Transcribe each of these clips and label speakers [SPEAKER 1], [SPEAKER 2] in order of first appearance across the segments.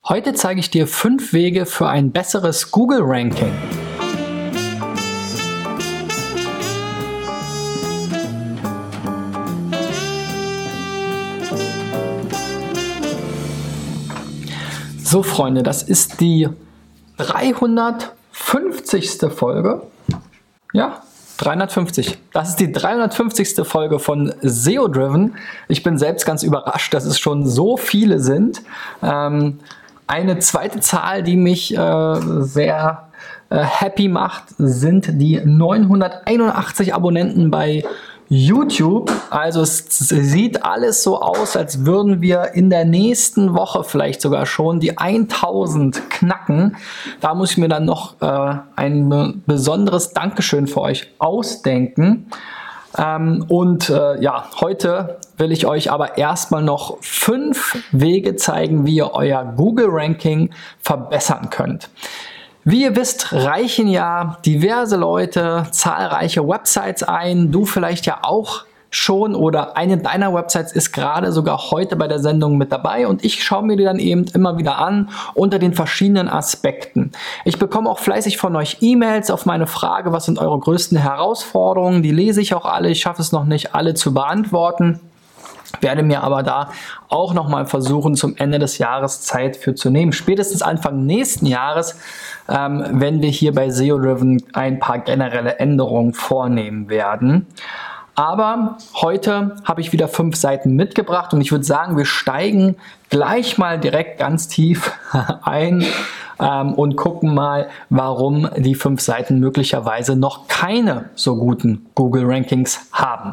[SPEAKER 1] Heute zeige ich dir 5 Wege für ein besseres Google-Ranking. So Freunde, das ist die 350. Folge. Ja, 350. Das ist die 350. Folge von SEO Driven. Ich bin selbst ganz überrascht, dass es schon so viele sind. Eine zweite Zahl, die mich sehr happy macht, sind die 981 Abonnenten bei YouTube. Also es sieht alles so aus, als würden wir in der nächsten Woche vielleicht sogar schon die 1000 knacken. Da muss ich mir dann noch ein besonderes Dankeschön für euch ausdenken. Heute will ich euch aber erstmal noch 5 Wege zeigen, wie ihr euer Google-Ranking verbessern könnt. Wie ihr wisst, reichen ja diverse Leute zahlreiche Websites ein. Du vielleicht ja auch schon oder eine deiner Websites ist gerade sogar heute bei der Sendung mit dabei und ich schaue mir die dann eben immer wieder an unter den verschiedenen Aspekten. Ich bekomme auch fleißig von euch E-Mails auf meine Frage, was sind eure größten Herausforderungen? Die lese ich auch alle. Ich schaffe es noch nicht, alle zu beantworten. Werde mir aber da auch nochmal versuchen, zum Ende des Jahres Zeit für zu nehmen. Spätestens Anfang nächsten Jahres, wenn wir hier bei SEO Driven ein paar generelle Änderungen vornehmen werden. Aber heute habe ich wieder 5 Seiten mitgebracht und ich würde sagen, wir steigen gleich mal direkt ganz tief ein und gucken mal, warum die 5 Seiten möglicherweise noch keine so guten Google-Rankings haben.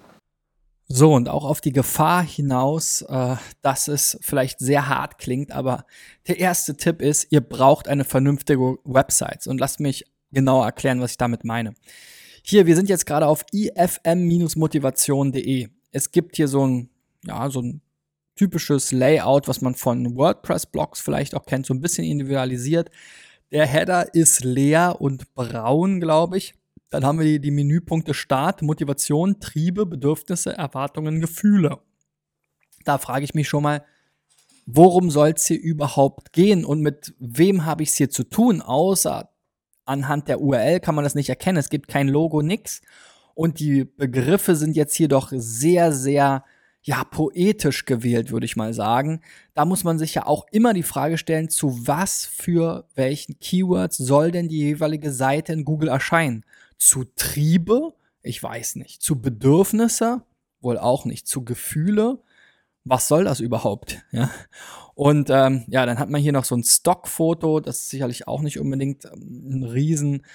[SPEAKER 2] So, und auch auf die Gefahr hinaus, dass es vielleicht sehr hart klingt, aber der erste Tipp ist, ihr braucht eine vernünftige Website. Und lasst mich genau erklären, was ich damit meine. Hier, wir sind jetzt gerade auf ifm-motivation.de. Es gibt hier so ein typisches Layout, was man von WordPress-Blogs vielleicht auch kennt, so ein bisschen individualisiert. Der Header ist leer und braun, glaube ich. Dann haben wir die Menüpunkte Start, Motivation, Triebe, Bedürfnisse, Erwartungen, Gefühle. Da frage ich mich schon mal, worum soll es hier überhaupt gehen und mit wem habe ich es hier zu tun? Außer anhand der URL kann man das nicht erkennen. Es gibt kein Logo, nix. Und die Begriffe sind jetzt hier doch sehr, sehr poetisch gewählt, würde ich mal sagen. Da muss man sich ja auch immer die Frage stellen, zu was für welchen Keywords soll denn die jeweilige Seite in Google erscheinen? Zu Triebe? Ich weiß nicht. Zu Bedürfnisse? Wohl auch nicht. Zu Gefühle? Was soll das überhaupt? Ja. Und dann hat man hier noch so ein Stockfoto. Das ist sicherlich auch nicht unbedingt ein riesen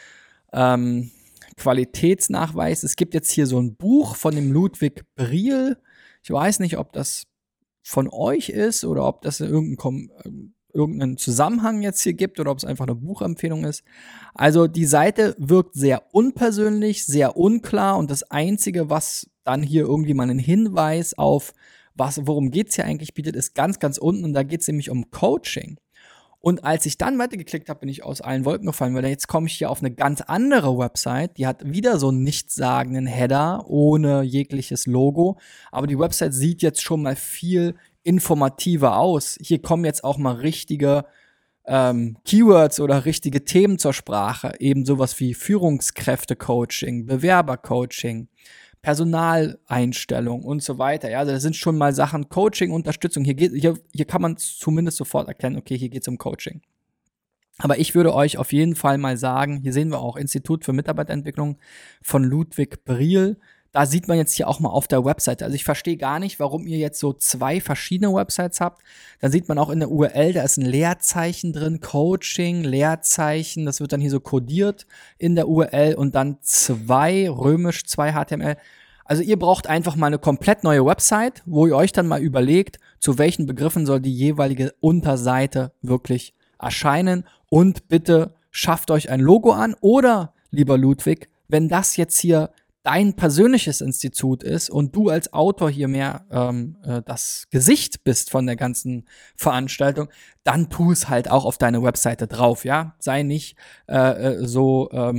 [SPEAKER 2] Qualitätsnachweis. Es gibt jetzt hier so ein Buch von dem Ludwig Briel. Ich weiß nicht, ob das von euch ist oder ob das irgendeinen Zusammenhang jetzt hier gibt oder ob es einfach eine Buchempfehlung ist. Also die Seite wirkt sehr unpersönlich, sehr unklar und das Einzige, was dann hier irgendwie mal einen Hinweis auf worum geht's hier eigentlich bietet, ist ganz, ganz unten und da geht's nämlich um Coaching. Und als ich dann weitergeklickt habe, bin ich aus allen Wolken gefallen, weil jetzt komme ich hier auf eine ganz andere Website, die hat wieder so einen nichtssagenden Header ohne jegliches Logo, aber die Website sieht jetzt schon mal viel informativer aus. Hier kommen jetzt auch mal richtige Keywords oder richtige Themen zur Sprache, eben sowas wie Führungskräfte-Coaching, Bewerber-Coaching, Personaleinstellung und so weiter. Ja, also das sind schon mal Sachen Coaching, Unterstützung. Hier kann man zumindest sofort erkennen, okay, hier geht es um Coaching. Aber ich würde euch auf jeden Fall mal sagen, hier sehen wir auch Institut für Mitarbeiterentwicklung von Ludwig Briel. Da sieht man jetzt hier auch mal auf der Webseite. Also ich verstehe gar nicht, warum ihr jetzt so 2 verschiedene Websites habt. Da sieht man auch in der URL, da ist ein Leerzeichen drin, Coaching, Leerzeichen. Das wird dann hier so kodiert in der URL und dann 2, römisch 2 HTML. Also ihr braucht einfach mal eine komplett neue Website, wo ihr euch dann mal überlegt, zu welchen Begriffen soll die jeweilige Unterseite wirklich erscheinen. Und bitte schafft euch ein Logo an oder, lieber Ludwig, wenn das jetzt hier dein persönliches Institut ist und du als Autor hier mehr das Gesicht bist von der ganzen Veranstaltung, dann tu es halt auch auf deine Webseite drauf, ja? Sei nicht so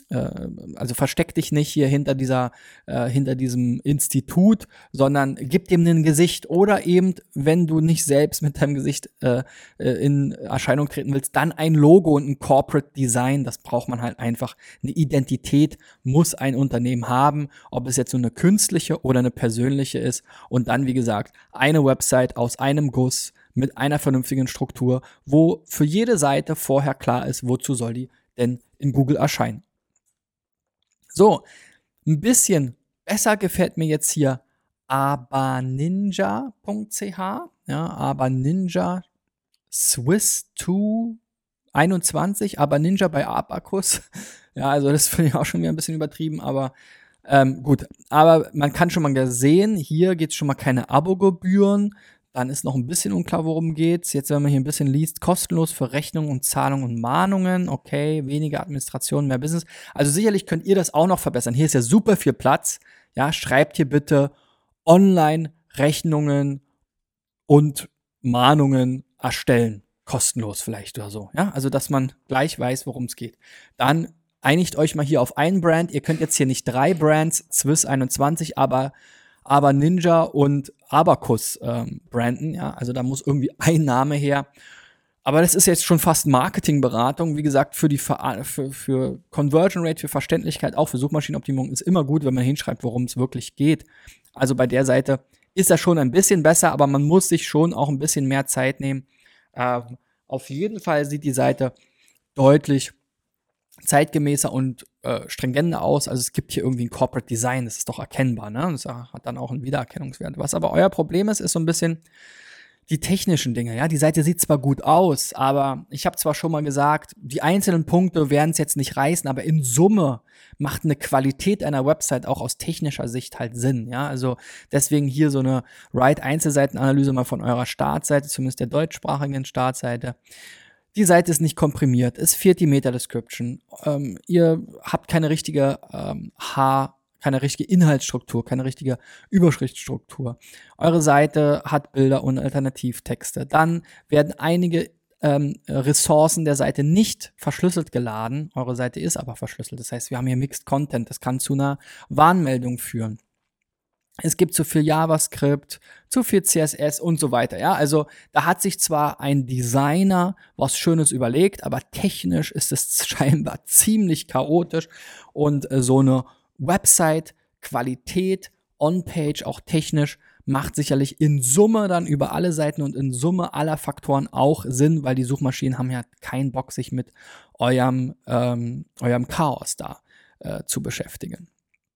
[SPEAKER 2] also versteck dich nicht hier hinter diesem Institut, sondern gib dem ein Gesicht. Oder eben, wenn du nicht selbst mit deinem Gesicht in Erscheinung treten willst, dann ein Logo und ein Corporate Design. Das braucht man halt einfach. Eine Identität muss ein Unternehmen haben, ob es jetzt so eine künstliche oder eine persönliche ist. Und dann, wie gesagt, eine Website aus einem Guss mit einer vernünftigen Struktur, wo für jede Seite vorher klar ist, wozu soll die denn in Google erscheinen. So, ein bisschen besser gefällt mir jetzt hier abaninja.ch, ja, abaninja Swiss 221, abaninja bei Abacus. Ja, also das finde ich auch schon wieder ein bisschen übertrieben, aber gut. Aber man kann schon mal sehen, hier geht es schon mal keine Abogebühren. Dann ist noch ein bisschen unklar, worum geht's. Jetzt, wenn man hier ein bisschen liest, kostenlos für Rechnungen und Zahlungen und Mahnungen. Okay, weniger Administration, mehr Business. Also sicherlich könnt ihr das auch noch verbessern. Hier ist ja super viel Platz. Ja, schreibt hier bitte online Rechnungen und Mahnungen erstellen. Kostenlos vielleicht oder so. Ja, also dass man gleich weiß, worum es geht. Dann einigt euch mal hier auf einen Brand. Ihr könnt jetzt hier nicht 3 Brands, Swiss 21, aber Ninja und Abacus branden, ja, also da muss irgendwie ein Name her. Aber das ist jetzt schon fast Marketingberatung. Wie gesagt, für Conversion Rate, für Verständlichkeit, auch für Suchmaschinenoptimierung ist immer gut, wenn man hinschreibt, worum es wirklich geht. Also bei der Seite ist das schon ein bisschen besser, aber man muss sich schon auch ein bisschen mehr Zeit nehmen. Auf jeden Fall sieht die Seite deutlich zeitgemäßer und stringenter aus. Also es gibt hier irgendwie ein Corporate Design, das ist doch erkennbar, ne? Das hat dann auch einen Wiedererkennungswert. Was aber euer Problem ist so ein bisschen die technischen Dinge, ja? Die Seite sieht zwar gut aus, aber ich habe zwar schon mal gesagt, die einzelnen Punkte werden es jetzt nicht reißen, aber in Summe macht eine Qualität einer Website auch aus technischer Sicht halt Sinn, ja? Also deswegen hier so eine Einzelseitenanalyse mal von eurer Startseite, zumindest der deutschsprachigen Startseite. Die Seite ist nicht komprimiert, es fehlt die Meta-Description, ihr habt keine richtige keine richtige Inhaltsstruktur, keine richtige Überschriftsstruktur. Eure Seite hat Bilder und Alternativtexte. Dann werden einige Ressourcen der Seite nicht verschlüsselt geladen. Eure Seite ist aber verschlüsselt. Das heißt, wir haben hier Mixed Content. Das kann zu einer Warnmeldung führen. Es gibt zu viel JavaScript, zu viel CSS und so weiter. Ja, also da hat sich zwar ein Designer was Schönes überlegt, aber technisch ist es scheinbar ziemlich chaotisch und so eine Website, Qualität, On-Page, auch technisch, macht sicherlich in Summe dann über alle Seiten und in Summe aller Faktoren auch Sinn, weil die Suchmaschinen haben ja keinen Bock, sich mit eurem Chaos da zu beschäftigen.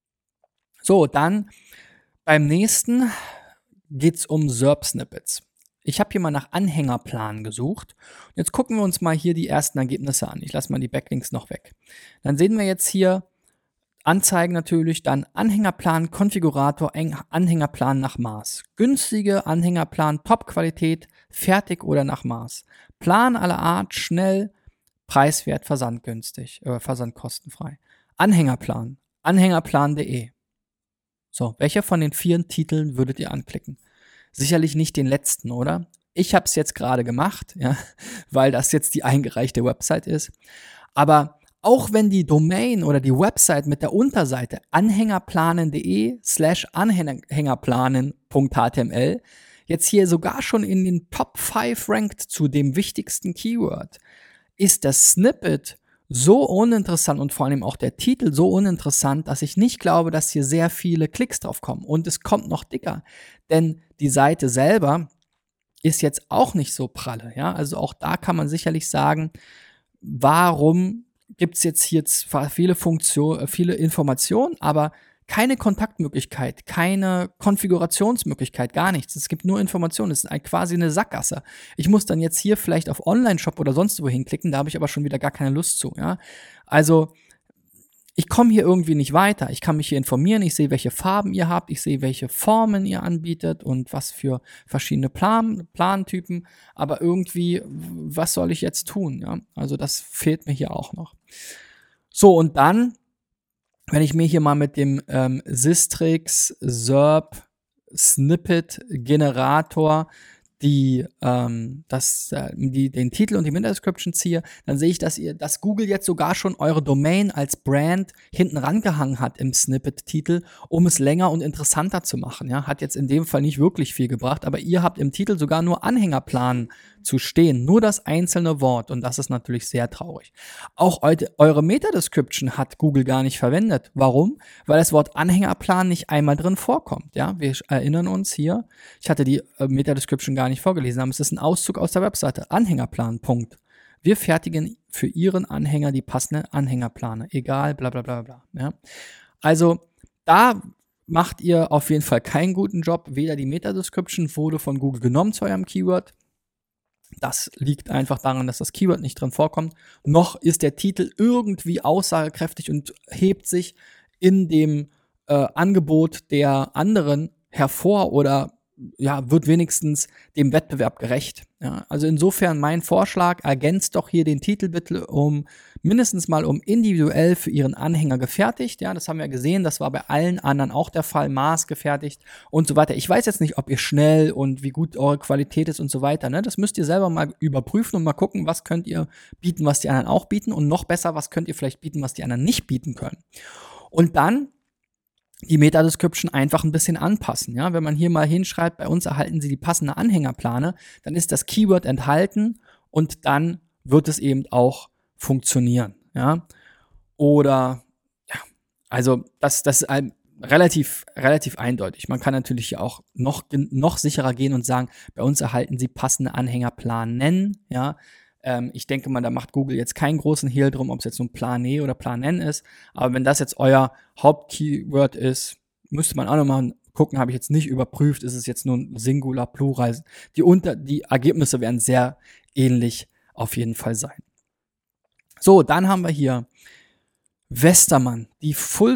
[SPEAKER 2] So, dann beim nächsten geht's um SERP-Snippets. Ich habe hier mal nach Anhängerplan gesucht. Jetzt gucken wir uns mal hier die ersten Ergebnisse an. Ich lasse mal die Backlinks noch weg. Dann sehen wir jetzt hier Anzeigen natürlich, dann Anhängerplan, Konfigurator, Anhängerplan nach Maß. Günstige Anhängerplan, Top-Qualität, fertig oder nach Maß. Plan aller Art, schnell, preiswert, versandgünstig, versandkostenfrei. Anhängerplan, anhängerplan.de. So, welcher von den 4 Titeln würdet ihr anklicken? Sicherlich nicht den letzten, oder? Ich habe es jetzt gerade gemacht, ja, weil das jetzt die eingereichte Website ist. Aber auch wenn die Domain oder die Website mit der Unterseite anhängerplanen.de/anhängerplanen.html jetzt hier sogar schon in den Top 5 rankt zu dem wichtigsten Keyword, ist das Snippet so uninteressant und vor allem auch der Titel so uninteressant, dass ich nicht glaube, dass hier sehr viele Klicks drauf kommen. Und es kommt noch dicker, denn die Seite selber ist jetzt auch nicht so pralle. Ja? Also auch da kann man sicherlich sagen, warum gibt es jetzt hier viele Informationen, aber keine Kontaktmöglichkeit, keine Konfigurationsmöglichkeit, gar nichts. Es gibt nur Informationen, es ist quasi eine Sackgasse. Ich muss dann jetzt hier vielleicht auf Online-Shop oder sonst wo hinklicken, da habe ich aber schon wieder gar keine Lust zu. Ja? Also ich komme hier irgendwie nicht weiter. Ich kann mich hier informieren, ich sehe, welche Farben ihr habt, ich sehe, welche Formen ihr anbietet und was für verschiedene Plantypen, aber irgendwie, was soll ich jetzt tun? Ja? Also das fehlt mir hier auch noch. So, und dann, wenn ich mir hier mal mit dem Sistrix SERP Snippet Generator den Titel und die Meta-Description ziehe, dann sehe ich, dass Google jetzt sogar schon eure Domain als Brand hinten rangehangen hat im Snippet-Titel, um es länger und interessanter zu machen. Ja, hat jetzt in dem Fall nicht wirklich viel gebracht, aber ihr habt im Titel sogar nur Anhängerplan zu stehen, nur das einzelne Wort, und das ist natürlich sehr traurig. Auch eure Meta-Description hat Google gar nicht verwendet. Warum? Weil das Wort Anhängerplan nicht einmal drin vorkommt. Ja, wir erinnern uns hier, ich hatte die Meta-Description gar nicht vorgelesen, aber es ist ein Auszug aus der Webseite. Anhängerplan, Punkt. Wir fertigen für Ihren Anhänger die passende Anhängerplane, egal, bla bla bla bla. Ja? Also da macht ihr auf jeden Fall keinen guten Job. Weder die Meta-Description wurde von Google genommen zu eurem Keyword. Das liegt einfach daran, dass das Keyword nicht drin vorkommt. Noch ist der Titel irgendwie aussagekräftig und hebt sich in dem Angebot der anderen hervor oder ja, wird wenigstens dem Wettbewerb gerecht. Ja, also insofern mein Vorschlag, ergänzt doch hier den Titel bitte mindestens mal um individuell für Ihren Anhänger gefertigt. Ja, das haben wir gesehen, das war bei allen anderen auch der Fall, maßgefertigt und so weiter. Ich weiß jetzt nicht, ob ihr schnell und wie gut eure Qualität ist und so weiter. Ne? Das müsst ihr selber mal überprüfen und mal gucken, was könnt ihr bieten, was die anderen auch bieten, und noch besser, was könnt ihr vielleicht bieten, was die anderen nicht bieten können. Und dann die Meta-Description einfach ein bisschen anpassen. Ja, wenn man hier mal hinschreibt, bei uns erhalten Sie die passende Anhängerplane, dann ist das Keyword enthalten und dann wird es eben auch funktionieren. Ja, oder ja, also das ist relativ eindeutig. Man kann natürlich auch noch sicherer gehen und sagen, bei uns erhalten Sie passende Anhängerplanen. Ja, ich denke mal, da macht Google jetzt keinen großen Hehl drum, ob es jetzt nun Plan E oder Plan N ist. Aber wenn das jetzt euer Hauptkeyword ist, müsste man auch nochmal gucken, habe ich jetzt nicht überprüft, ist es jetzt nun Singular, Plural. Die Ergebnisse werden sehr ähnlich auf jeden Fall sein. So, dann haben wir hier Westermann, die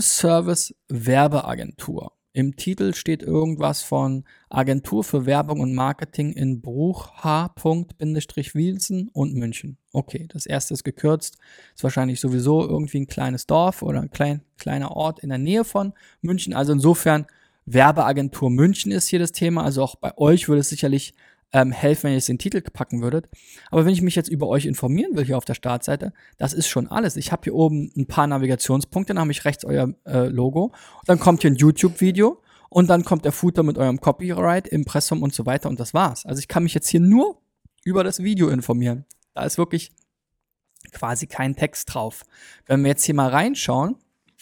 [SPEAKER 2] Full-Service-Werbeagentur. Im Titel steht irgendwas von Agentur für Werbung und Marketing in Bruch H.-Wilson und München. Okay, das erste ist gekürzt. Ist wahrscheinlich sowieso irgendwie ein kleines Dorf oder ein kleiner Ort in der Nähe von München. Also insofern Werbeagentur München ist hier das Thema. Also auch bei euch würde es sicherlich helfen, wenn ihr es in den Titel packen würdet. Aber wenn ich mich jetzt über euch informieren will hier auf der Startseite, das ist schon alles. Ich habe hier oben ein paar Navigationspunkte, dann habe ich rechts euer Logo. Dann kommt hier ein YouTube-Video und dann kommt der Footer mit eurem Copyright, Impressum und so weiter und das war's. Also ich kann mich jetzt hier nur über das Video informieren. Da ist wirklich quasi kein Text drauf. Wenn wir jetzt hier mal reinschauen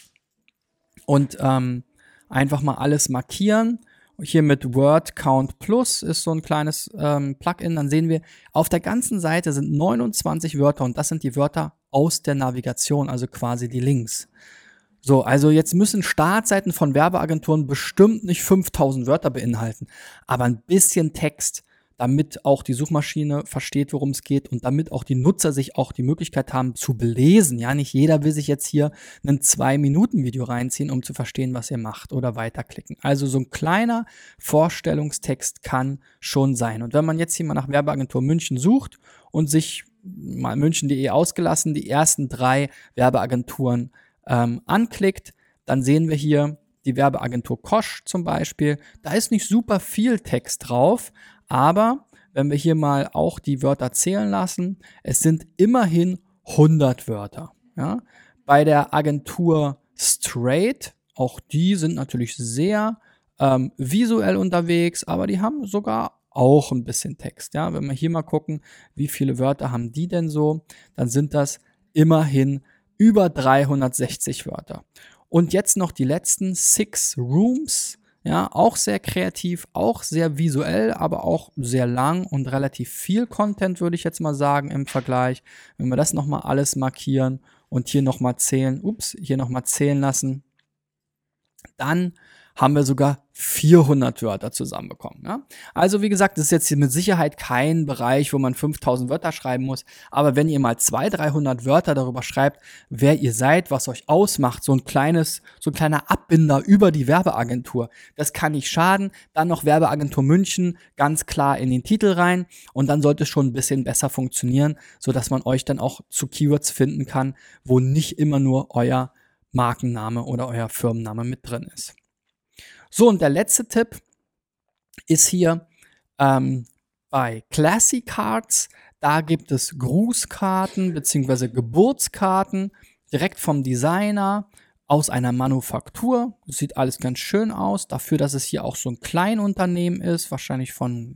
[SPEAKER 2] und einfach mal alles markieren, hier mit Word Count Plus ist so ein kleines Plugin, dann sehen wir, auf der ganzen Seite sind 29 Wörter und das sind die Wörter aus der Navigation, also quasi die Links. So, also jetzt müssen Startseiten von Werbeagenturen bestimmt nicht 5000 Wörter beinhalten, aber ein bisschen Text, damit auch die Suchmaschine versteht, worum es geht und damit auch die Nutzer sich auch die Möglichkeit haben zu belesen. Ja, nicht jeder will sich jetzt hier ein 2-Minuten-Video reinziehen, um zu verstehen, was ihr macht oder weiterklicken. Also so ein kleiner Vorstellungstext kann schon sein. Und wenn man jetzt hier mal nach Werbeagentur München sucht und sich mal münchen.de ausgelassen die ersten 3 Werbeagenturen anklickt, dann sehen wir hier die Werbeagentur Kosch zum Beispiel. Da ist nicht super viel Text drauf, aber wenn wir hier mal auch die Wörter zählen lassen, es sind immerhin 100 Wörter. Ja? Bei der Agentur Straight, auch die sind natürlich sehr visuell unterwegs, aber die haben sogar auch ein bisschen Text. Ja? Wenn wir hier mal gucken, wie viele Wörter haben die denn so, dann sind das immerhin über 360 Wörter. Und jetzt noch die letzten 6 Rooms. Ja, auch sehr kreativ, auch sehr visuell, aber auch sehr lang und relativ viel Content, würde ich jetzt mal sagen, im Vergleich. Wenn wir das nochmal alles markieren und hier nochmal zählen lassen, dann haben wir sogar 400 Wörter zusammenbekommen. Ja? Also wie gesagt, das ist jetzt hier mit Sicherheit kein Bereich, wo man 5000 Wörter schreiben muss. Aber wenn ihr mal 200-300 Wörter darüber schreibt, wer ihr seid, was euch ausmacht, so ein kleiner Abbinder über die Werbeagentur, das kann nicht schaden. Dann noch Werbeagentur München ganz klar in den Titel rein und dann sollte es schon ein bisschen besser funktionieren, sodass man euch dann auch zu Keywords finden kann, wo nicht immer nur euer Markenname oder euer Firmenname mit drin ist. So, und der letzte Tipp ist hier bei Classic Cards, da gibt es Grußkarten bzw. Geburtskarten direkt vom Designer aus einer Manufaktur. Das sieht alles ganz schön aus, dafür, dass es hier auch so ein Kleinunternehmen ist, wahrscheinlich von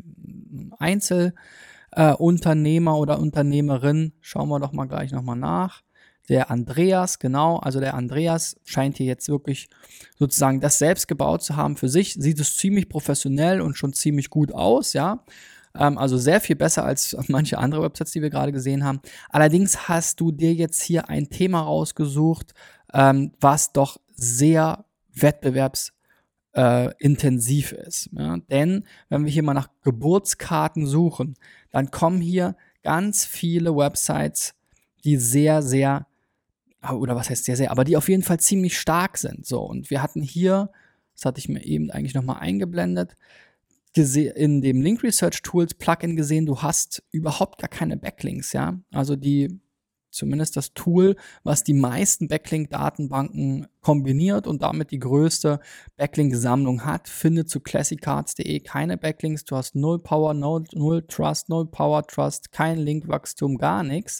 [SPEAKER 2] Einzelunternehmer oder Unternehmerin. Schauen wir doch mal gleich nochmal nach. Der Andreas, genau, also der Andreas scheint hier jetzt wirklich sozusagen das selbst gebaut zu haben für sich. Sieht es ziemlich professionell und schon ziemlich gut aus, ja. Also sehr viel besser als manche andere Websites, die wir gerade gesehen haben. Allerdings hast du dir jetzt hier ein Thema rausgesucht, was doch sehr wettbewerbsintensiv ist. Ja? Denn wenn wir hier mal nach Geburtskarten suchen, dann kommen hier ganz viele Websites, die sehr, sehr, oder was heißt sehr, sehr, aber die auf jeden Fall ziemlich stark sind. So, und wir hatten hier, das hatte ich mir eben eigentlich nochmal eingeblendet, in dem Link Research Tools Plugin gesehen, du hast überhaupt gar keine Backlinks, ja. Also zumindest das Tool, was die meisten Backlink-Datenbanken kombiniert und damit die größte Backlink-Sammlung hat, findet zu classiccards.de keine Backlinks. Du hast null Power, null Trust, null Power Trust, kein Linkwachstum, gar nichts.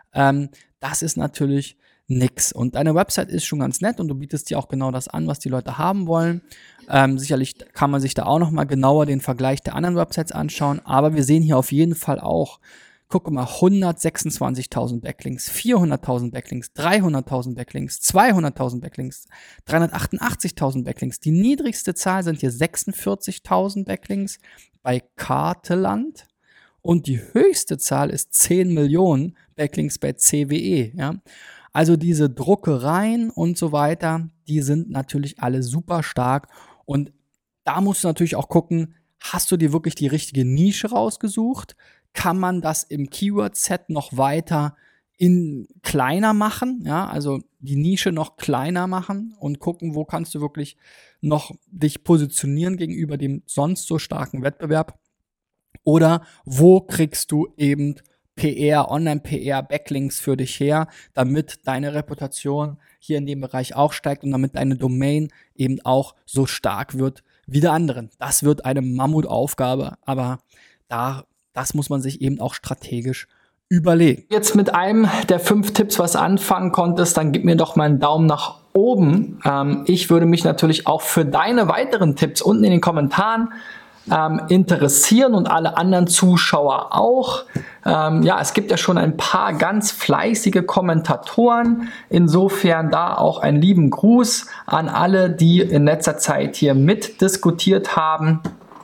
[SPEAKER 2] Das ist natürlich nix. Und deine Website ist schon ganz nett und du bietest dir auch genau das an, was die Leute haben wollen. Sicherlich kann man sich da auch nochmal genauer den Vergleich der anderen Websites anschauen, aber wir sehen hier auf jeden Fall auch, guck mal, 126.000 Backlinks, 400.000 Backlinks, 300.000 Backlinks, 200.000 Backlinks, 388.000 Backlinks. Die niedrigste Zahl sind hier 46.000 Backlinks bei Karteland und die höchste Zahl ist 10 Millionen Backlinks bei CWE, ja. Also diese Druckereien und so weiter, die sind natürlich alle super stark und da musst du natürlich auch gucken, hast du dir wirklich die richtige Nische rausgesucht? Kann man das im Keyword-Set noch weiter kleiner machen? Ja, also die Nische noch kleiner machen und gucken, wo kannst du wirklich noch dich positionieren gegenüber dem sonst so starken Wettbewerb? Oder wo kriegst du eben PR, Online-PR, Backlinks für dich her, damit deine Reputation hier in dem Bereich auch steigt und damit deine Domain eben auch so stark wird wie der anderen. Das wird eine Mammutaufgabe, aber das muss man sich eben auch strategisch überlegen.
[SPEAKER 1] Jetzt mit einem der 5 Tipps was anfangen konntest, dann gib mir doch mal einen Daumen nach oben. Ich würde mich natürlich auch für deine weiteren Tipps unten in den Kommentaren interessieren und alle anderen Zuschauer auch. Es gibt ja schon ein paar ganz fleißige Kommentatoren. Insofern da auch einen lieben Gruß an alle, die in letzter Zeit hier mitdiskutiert haben.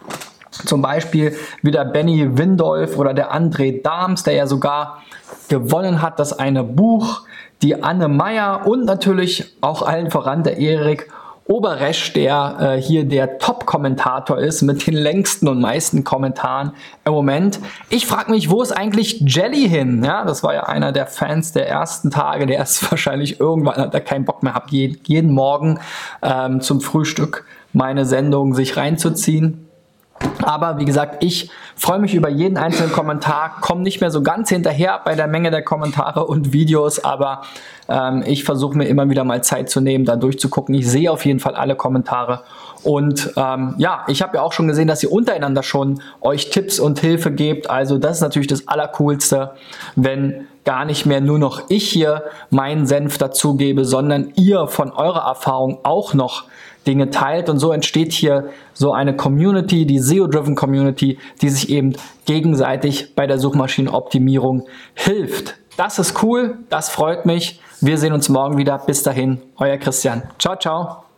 [SPEAKER 1] Zum Beispiel wieder Benny Windolf oder der André Dahms, der ja sogar gewonnen hat, das eine Buch. Die Anne Meyer und natürlich auch allen voran der Erik Oberesch, der hier der Top-Kommentator ist mit den längsten und meisten Kommentaren im Moment. Ich frage mich, wo ist eigentlich Jelly hin? Ja, das war ja einer der Fans der ersten Tage, der ist wahrscheinlich irgendwann, hat er keinen Bock mehr gehabt, jeden Morgen zum Frühstück meine Sendung sich reinzuziehen. Aber wie gesagt, ich freue mich über jeden einzelnen Kommentar, komme nicht mehr so ganz hinterher bei der Menge der Kommentare und Videos, aber ich versuche mir immer wieder mal Zeit zu nehmen, da durchzugucken. Ich sehe auf jeden Fall alle Kommentare und ich habe ja auch schon gesehen, dass ihr untereinander schon euch Tipps und Hilfe gebt. Also das ist natürlich das Allercoolste, wenn gar nicht mehr nur noch ich hier meinen Senf dazugebe, sondern ihr von eurer Erfahrung auch noch Dinge teilt und so entsteht hier so eine Community, die SEO-driven Community, die sich eben gegenseitig bei der Suchmaschinenoptimierung hilft. Das ist cool, das freut mich. Wir sehen uns morgen wieder. Bis dahin, euer Christian. Ciao, ciao.